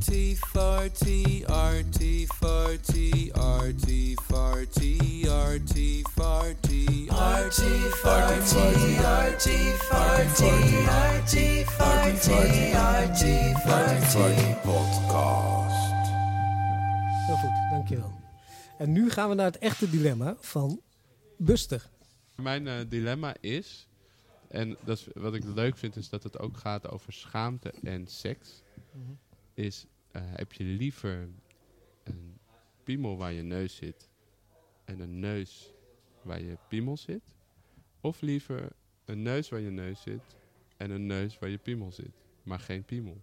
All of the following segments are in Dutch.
Arty farty, arty farty, arty farty, arty farty, arty farty, arty farty, arty farty, arty farty podcast. Heel goed, dankjewel. En nu gaan we naar het echte dilemma van Buster. Mijn dilemma is, en dat is, wat ik leuk vind, is dat het ook gaat over schaamte en seks. Is, heb je liever een piemel waar je neus zit en een neus waar je piemel zit? Of liever een neus waar je neus zit en een neus waar je piemel zit, maar geen piemel?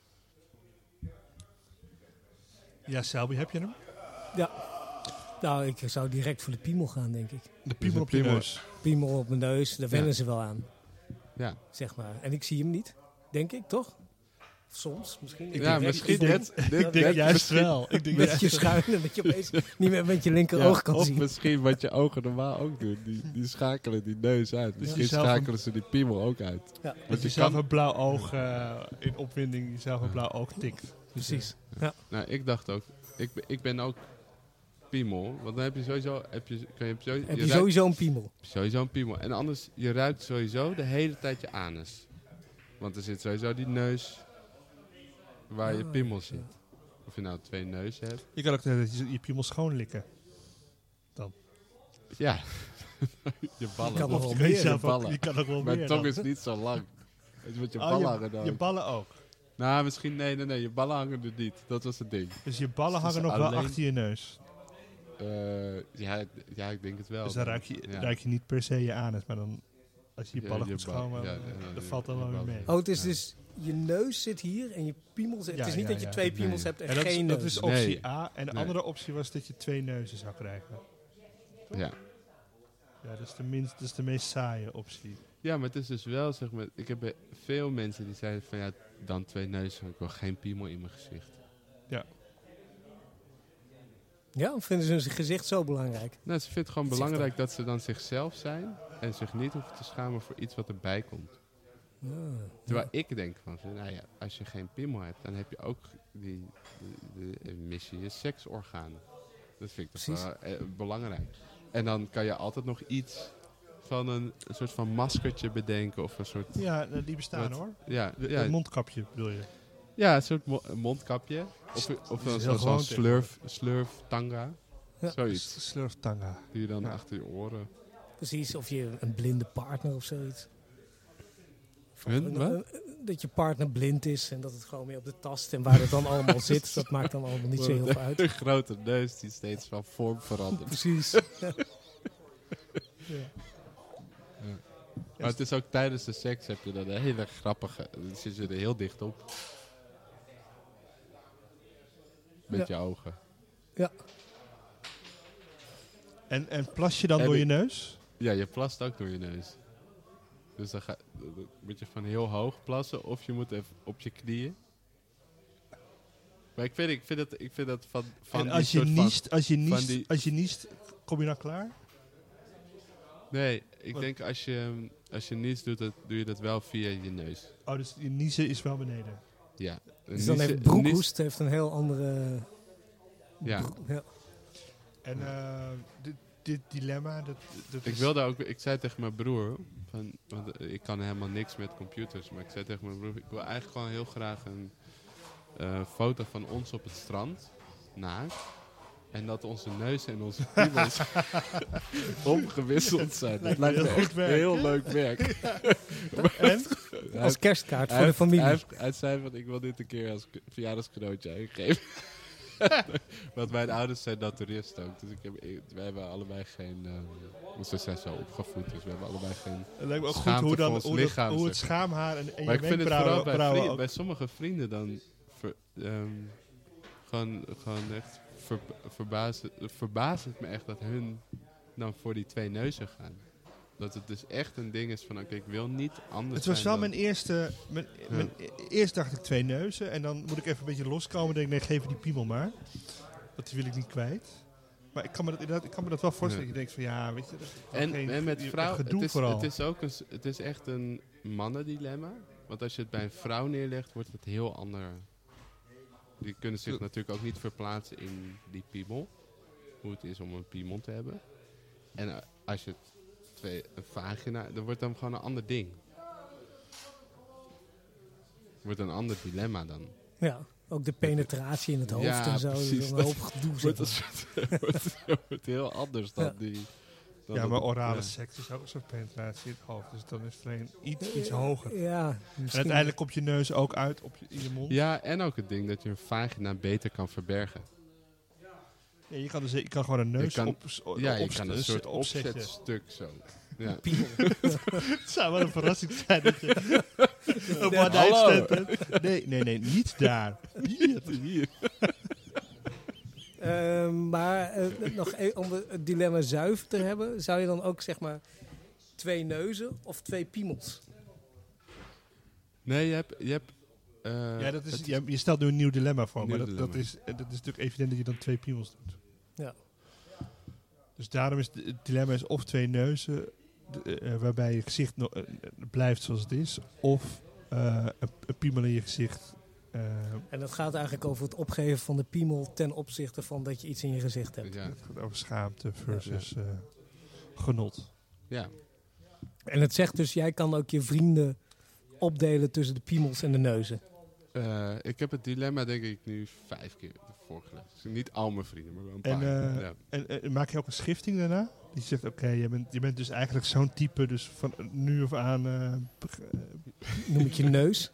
Ja, Selby, heb je hem? Ja. Nou, ik zou direct voor de piemel gaan, denk ik. De piemel op je piemel. neus. Piemel op mijn neus, daar wennen ze wel aan, Ja, zeg maar. En ik zie hem niet, denk ik, toch? Soms, misschien. misschien Ik denk juist wel. Ik denk Met je schuin, dat je opeens niet meer met je linkeroog kan of zien. misschien wat je ogen normaal ook doen. Die schakelen die neus uit. Misschien schakelen ze die piemel ook uit. Ja, Dat je zelf een blauw oog in opwinding, jezelf een blauw oog tikt. precies. Ja. Nou, ik dacht ook, ik ben ook piemel. Want dan heb je sowieso, Heb je sowieso een piemel? sowieso een piemel. En anders, je ruikt sowieso de hele tijd je anus. Want er zit sowieso die neus waar je piemel zit. Of je nou 2 neuzen hebt. Je kan ook je piemel schoonlikken. Ja, je ballen. kan nog wel Je kan meer. jezelf ballen. je kan nog wel Mijn meer. tong dan. is niet zo lang. Dus met je Oh, ballen hangen dan. je ballen ook. Nou, misschien, nee, je ballen hangen er niet. Dat was het ding. Dus je ballen Dus hangen nog wel alleen- achter je neus. Ja, ik denk het wel. Dus dan ruik je niet per se je anus, maar dan als je je ballen goed schoon dat valt dan wel weer mee. Oh, het is dus, je neus zit hier en je piemel zit... het is niet dat je 2 piemels hebt en En dat, geen dat neus. is optie Nee. A. En de Nee. andere optie was dat je 2 neuzen zou krijgen. Ja. Ja, dat is de meest saaie optie. Ja, maar het is dus wel, zeg maar, ik heb veel mensen die zeiden van ja, dan 2 neuzen, ik wil geen piemel in mijn gezicht. Ja, of vinden ze hun gezicht zo belangrijk? Nou, ze vindt het gewoon Dat zegt belangrijk dat ze dan zichzelf zijn en zich niet hoeven te schamen voor iets wat erbij komt. Terwijl ik denk van, nou ja, als je geen piemel hebt, dan heb je ook mis je je seksorganen. Dat vind ik toch wel belangrijk. En dan kan je altijd nog iets van een soort van maskertje bedenken of een soort... Ja, die bestaan Wat? hoor. Ja, Een mondkapje bedoel je. ja, een soort mondkapje. Of is dan heel gewoon zo'n slurf tanga. Ja. Zoiets. Slurftanga. Die je dan Ja. achter je oren... Precies, of je een blinde partner of zoiets. Wat? Dat je partner blind is en dat het gewoon meer op de tast en waar het dan allemaal zit, dat maakt dan allemaal niet zo heel veel uit. Een grote neus die steeds van vorm verandert. Precies. Maar het is ook tijdens de seks heb je dan een hele grappige... Dan zit je er heel dicht op. Met je ogen. Ja. En plas je dan En door ik- je neus? Ja, je plast ook door je neus. Dus dan moet je van heel hoog plassen of je moet even op je knieën. Maar ik vind dat van En die als je soort van- niest, die- als je niest, kom je dan klaar? Nee, ik Wat? denk als je niets doet, doe je dat wel via je neus. Oh, dus je niezen is wel beneden. Ja. Dus dan heeft broekhoest heeft een heel andere... Ja. Ja. En dit dilemma, Ik zei tegen mijn broer, want ik kan helemaal niks met computers, maar ik zei tegen mijn broer, ik wil eigenlijk gewoon heel graag een foto van ons op het strand, naakt, en dat onze neus en onze piemels omgewisseld zijn. Dat lijkt me Heel goed echt werk. heel leuk werk. En? Als kerstkaart voor de familie. Hij zei van, ik wil dit een keer als verjaardagscadeautje uitgeven. Want mijn ouders zijn naturist ook. Dus wij hebben allebei geen... ze zijn zo opgevoed, dus we hebben allebei geen... Het lijkt me ook goed schaamte hoe, dan, voor ons hoe, lichaam, hoe het zeg schaamhaar en Maar je ik vind het vooral wenkbrauwen ook. bij sommige vrienden dan... gewoon echt verbaast het me echt dat hun dan voor die 2 neuzen gaan. Dat het dus echt een ding is van, oké, ik wil niet anders Het was zijn wel dan- mijn eerste... Eerst dacht ik 2 neuzen en dan moet ik even een beetje loskomen. Dan denk ik, nee, geef die piemel maar. Dat wil ik niet kwijt. Maar ik kan me dat wel voorstellen. Ja. Dat je denkt van, ja, weet je... Dat is wel En met vrouwen, gedoe vooral. het is echt een mannendilemma. Want als je het bij een vrouw neerlegt, wordt het heel ander. die kunnen zich natuurlijk ook niet verplaatsen in die piemel. Hoe het is om een piemel te hebben. En als je een vagina, dan wordt dan gewoon een ander ding. Wordt een ander dilemma dan. Ja, ook de penetratie in het hoofd en zo. Precies, Een hoop gedoe. Wordt heel anders dan die... Ja, maar orale seks is ook een soort penetratie in het hoofd. Dus dan is het alleen iets hoger. Ja, En uiteindelijk komt je neus ook uit in je mond. Ja, en ook het ding dat je een vagina beter kan verbergen. Ja, je kan gewoon een neus je kan een soort opzetten. opzetstuk zo. Ja. Het zou wel een verrassing zijn dat je een one-night Hallo. stand hebt. Nee, niet daar. Hier. Maar nog om het dilemma zuiver te hebben, zou je dan ook zeg maar 2 neuzen of 2 piemels? Nee, je hebt Ja, dat is, je stelt nu een nieuw dilemma voor, maar Nieuw dat is natuurlijk evident dat je dan 2 piemels doet. Ja. Dus daarom is het dilemma is of 2 neuzen, waarbij je gezicht blijft zoals het is, of een piemel in je gezicht. En dat gaat eigenlijk over het opgeven van de piemel ten opzichte van dat je iets in je gezicht hebt. Ja. Het gaat over schaamte versus genot. Ja. En het zegt dus, jij kan ook je vrienden opdelen tussen de piemels en de neuzen. Ik heb het dilemma denk ik nu 5 keer voorgelegd. Dus niet al mijn vrienden, maar wel een paar. En maak je ook een schifting daarna? Die zegt, oké, je bent dus eigenlijk zo'n type, dus van nu of aan... Noem ik je neus.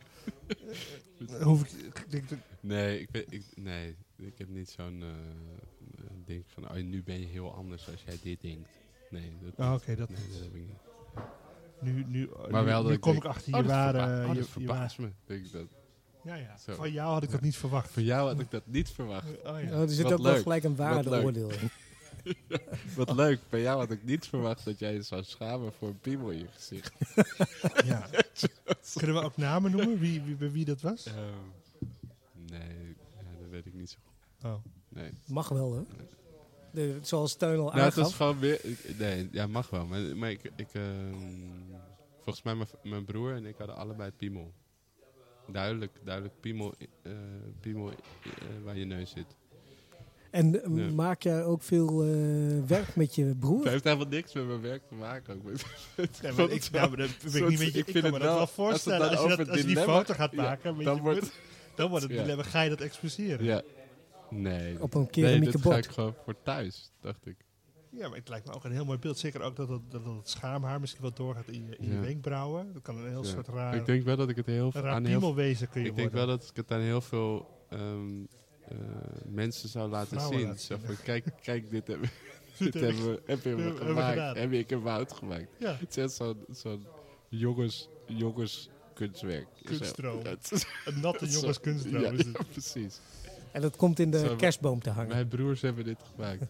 Nee, ik heb niet zo'n ding van, nu ben je heel anders als jij dit denkt. Nee, dat dat heb ik niet. Maar wel dat nu kom denk, ik achter je ware... dat verbaast me, denk ik dat. Ja. Zo. Van jou had ik dat niet verwacht. Van jou had ik dat niet verwacht. Er zit Wat ook wel leuk. gelijk een waardeoordeel in. Wat leuk, bij jou had ik niet verwacht dat jij je zou schamen voor een piemel in je gezicht. Ja. Kunnen we ook namen noemen? Wie dat was? Nee, dat weet ik niet zo goed. Oh. Nee. Mag wel, hè? Zoals Teun al Nou, het aangaf. is gewoon weer... mag wel. Maar ik volgens mij mijn broer en ik hadden allebei piemel. Duidelijk piemel waar je neus zit. En maak jij ook veel werk met je broer? Het heeft helemaal niks met mijn werk te maken. Ook. Nee, maar ik ben niet met je. Ik kan me dat wel voorstellen. Als je die foto gaat maken, dan wordt het dilemma. Ga je dat exposeren? Ja. Nee. Op een keramieke dit bord. ga ik gewoon voor thuis, dacht ik. Ja, maar het lijkt me ook een heel mooi beeld. Zeker ook dat het schaamhaar misschien wat doorgaat in je wenkbrauwen. Dat kan een heel soort raar... Ik denk wel dat ik het heel veel... Een piemelwezen kun je Ik worden. denk wel dat ik het aan heel veel mensen zou laten zien. Zo van, kijk, dit hebben we gemaakt. Heb ik een woud gemaakt. Ja. Het is echt zo'n jongens kunstwerk. Kunststroom. Zo. Een natte jongens kunststroom. Ja, Is het. precies. En dat komt in de Zo, kerstboom te hangen. Mijn broers hebben dit gemaakt.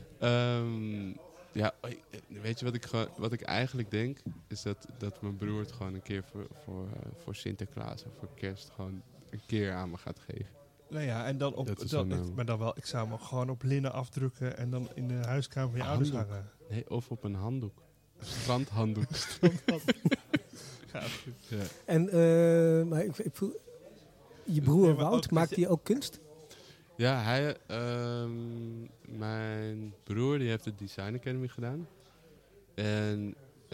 Weet je wat ik eigenlijk denk? Is dat mijn broer het gewoon een keer voor Sinterklaas of voor kerst gewoon een keer aan me gaat geven. Nou ja, en dan maar dan wel, ik zou hem ook gewoon op linnen afdrukken en dan in de huiskamer van je ouders hangen. Nee, of op een handdoek. Een strandhanddoek. Ja. En maar ik voel, je broer Wout, maakt hij ook kunst? Ja, mijn broer die heeft de Design Academy gedaan. En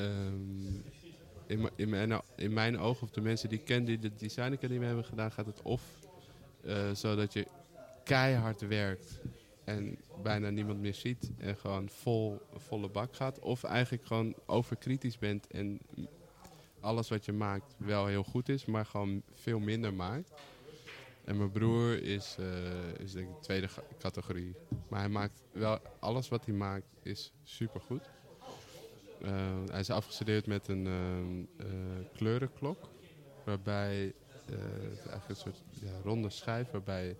in mijn ogen, of de mensen die ik ken die de Design Academy hebben gedaan, gaat het of zodat je keihard werkt en bijna niemand meer ziet en gewoon volle bak gaat. Of eigenlijk gewoon overkritisch bent en alles wat je maakt wel heel goed is, maar gewoon veel minder maakt. En mijn broer is denk ik de tweede categorie. Maar hij maakt wel, alles wat hij maakt is supergoed. Hij is afgestudeerd met een kleurenklok. Waarbij, eigenlijk een soort ronde schijf, waarbij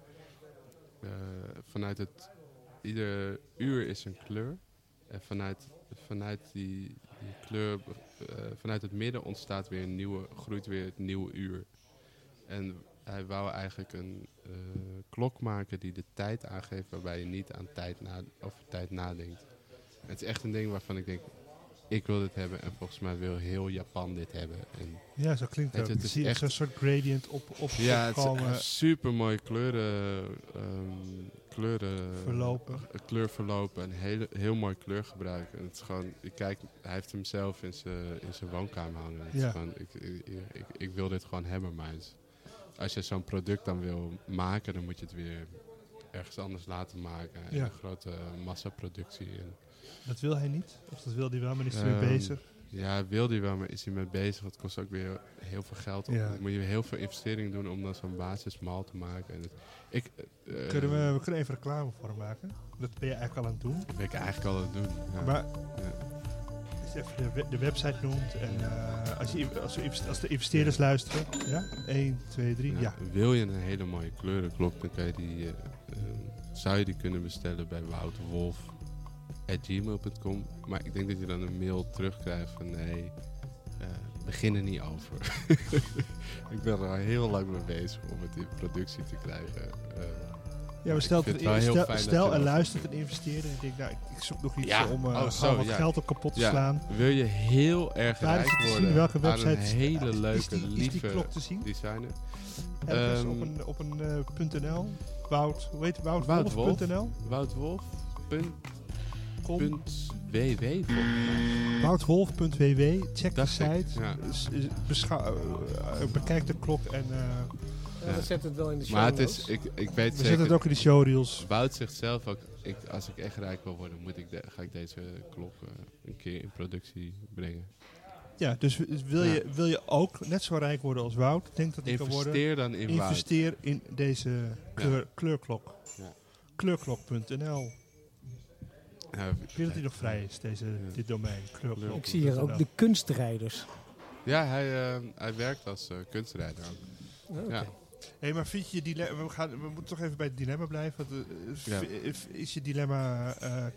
ieder uur is een kleur. En vanuit die kleur, vanuit het midden ontstaat weer groeit weer het nieuwe uur. En hij wou eigenlijk een klok maken die de tijd aangeeft, waarbij je niet aan over tijd nadenkt. Het is echt een ding waarvan ik denk, ik wil dit hebben en volgens mij wil heel Japan dit hebben. En Ja, zo klinkt het ook. Het is Zie je echt- zo'n soort gradient op ja, het opkomen. is super mooie kleurverlopen en heel mooi kleurgebruik. En het is gewoon, hij heeft hem zelf in zijn woonkamer hangen. Het is Ja. gewoon, ik wil dit gewoon hebben, maar als je zo'n product dan wil maken, dan moet je het weer ergens anders laten maken. In Ja. een grote massaproductie. En, Dat wil hij niet? Of dat wil hij wel, maar is hij mee bezig? ja, wil hij wel, maar is hij mee bezig. Het kost ook weer heel veel geld. Ja. Dan moet je weer heel veel investering doen om dan zo'n basismal te maken. En We kunnen even reclame voor hem maken. Dat ben je eigenlijk al aan het doen. Dat ben ik eigenlijk al aan het doen. Ja. Maar Ja. als je even de website noemt en als de investeerders luisteren. Ja? 1, 2, 3, ja. Wil je een hele mooie kleurenklok, dan kan je zou je die kunnen bestellen bij wouterwolf@gmail.com. Maar ik denk dat je dan een mail terugkrijgt van nee, begin er niet over. Ik ben er al heel lang mee bezig om het in productie te krijgen. Ja, maar ik vind het wel heel fijn dat stel je en dat- luistert een investeerder en denkt, nou, ik zoek nog iets Ja, om zo, gewoon wat ja. geld op kapot te Ja, slaan. wil je heel erg Waar is rijk het te zien? worden Welke aan website een hele leuke, is die lieve klok te zien? designer? Ergens op een .nl. Woutwolf.nl. Woutwolf.ww volgens mij. Woutwolf.ww. Check de Dat is het, site. ja. Bekijk de klok en We zetten het wel in de show Maar het notes. is, ik weet we zetten zeker, het ook in de showreels. Wout zegt zelf ook, als ik echt rijk wil worden, ga ik deze klok een keer in productie brengen. Ja, dus wil je ook net zo rijk worden als Wout? Denk dat ik kan worden. Investeer dan in Wout. Investeer in deze kleurklok. Ja. Kleurklok.nl. Ja, Ik weet dat hij nog vrij is, dit domein. Kleurklok. Ik zie hier ook de kunstrijders. ja, hij werkt als kunstrijder ook. Oh, oké. Ja. Hé, maar vind je dilemma... We moeten toch even bij het dilemma blijven. Want, Ja. is je dilemma...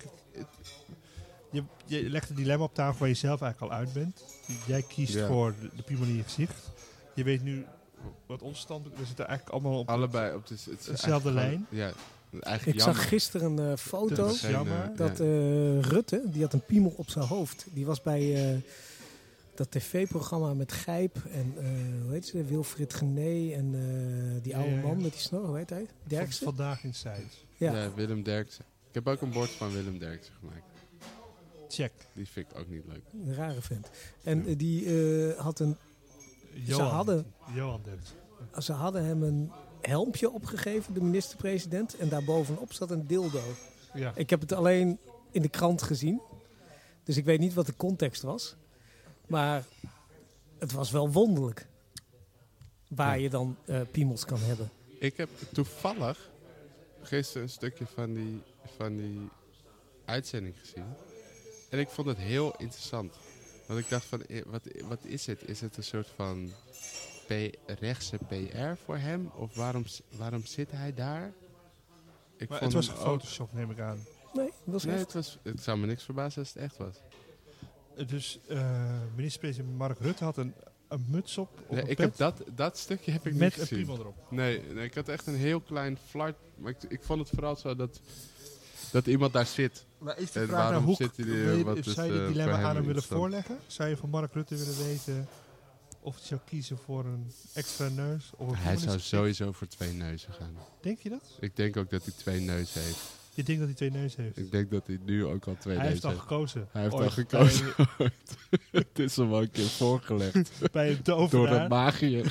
je legt een dilemma op tafel waar je zelf eigenlijk al uit bent. Jij kiest Ja. voor de piemel in je gezicht. Je weet nu wat ons standpunt... We zitten eigenlijk allemaal op Allebei op het is dezelfde eigenlijk lijn. gewoon- Ja, eigenlijk Ik jammer. zag gisteren een foto Dat is Geen, jammer. dat ja. Rutte, die had een piemel op zijn hoofd. Die was bij dat tv-programma met Gijp en hoe heet ze, Wilfried Gené en die oude Ja. man met die snor, hoe heet hij? Derksen? Vandaag in Site. Ja. Ja, Willem Derksen. Ik heb ook een bord van Willem Derksen gemaakt. Check. Die vind ik ook niet leuk. Een rare vent. En die had een... Johan Dent. Ze hadden hem een helmpje opgegeven, de minister-president. En daarbovenop zat een dildo. Ja. Ik heb het alleen in de krant gezien. Dus ik weet niet wat de context was. Maar het was wel wonderlijk. Waar Ja. je dan piemels kan hebben. Ik heb toevallig gisteren een stukje van die uitzending gezien. En ik vond het heel interessant. Want ik dacht van, wat is het? Is het een soort van rechtse PR voor hem? Of waarom zit hij daar? Maar het was Photoshop, neem ik aan. Nee, dat was Nee, echt. het zou me niks verbazen als het echt was. Dus minister-president Mark Rutte had een muts op Nee, een ik pet heb dat stukje heb ik niet met een gezien. piemel erop. Nee, ik had echt een heel klein flart. Maar ik vond het vooral zo dat iemand daar zit. Maar is de En vraag waarom hoe zit hij er? Wat is, zou je dit voor dilemma hem aan hem willen interessant? voorleggen? Zou je van Mark Rutte willen weten of hij zou kiezen voor een extra neus of een Hij piemel in zou zijn sowieso voor 2 neuzen gaan. gezicht? Denk je dat? Ik denk ook dat hij 2 neuzen heeft. Je denkt dat hij 2 neuzen heeft? Ik denk dat hij nu ook al 2 Hij heeft neuzen al gekozen. Hij heeft Ooit al gekozen. Het is hem al een keer voorgelegd Bij een door tovenaar. een magier.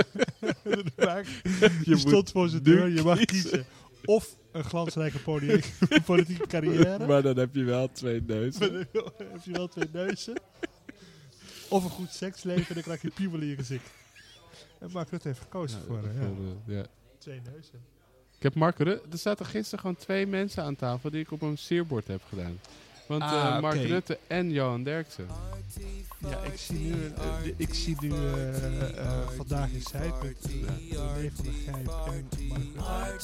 Je stond voor zijn deur, je mag kiezen. Of een glansrijke politieke carrière. Maar dan heb je wel 2 neuzen. Maar dan heb je wel 2 neuzen. Of een goed seksleven en dan krijg je piemel in je gezicht. En Mark Rutte heeft gekozen voor Ja. 2 neuzen. Ik heb Mark Rutte. Er zaten gisteren gewoon 2 mensen aan tafel die ik op een sierbord heb gedaan. Want Mark oké. Rutte en Johan Derksen. Ja, ik zie nu vandaag in Site met René van der Gijp en Mark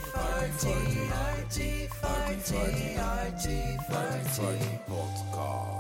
Rutte. RT40 podcast.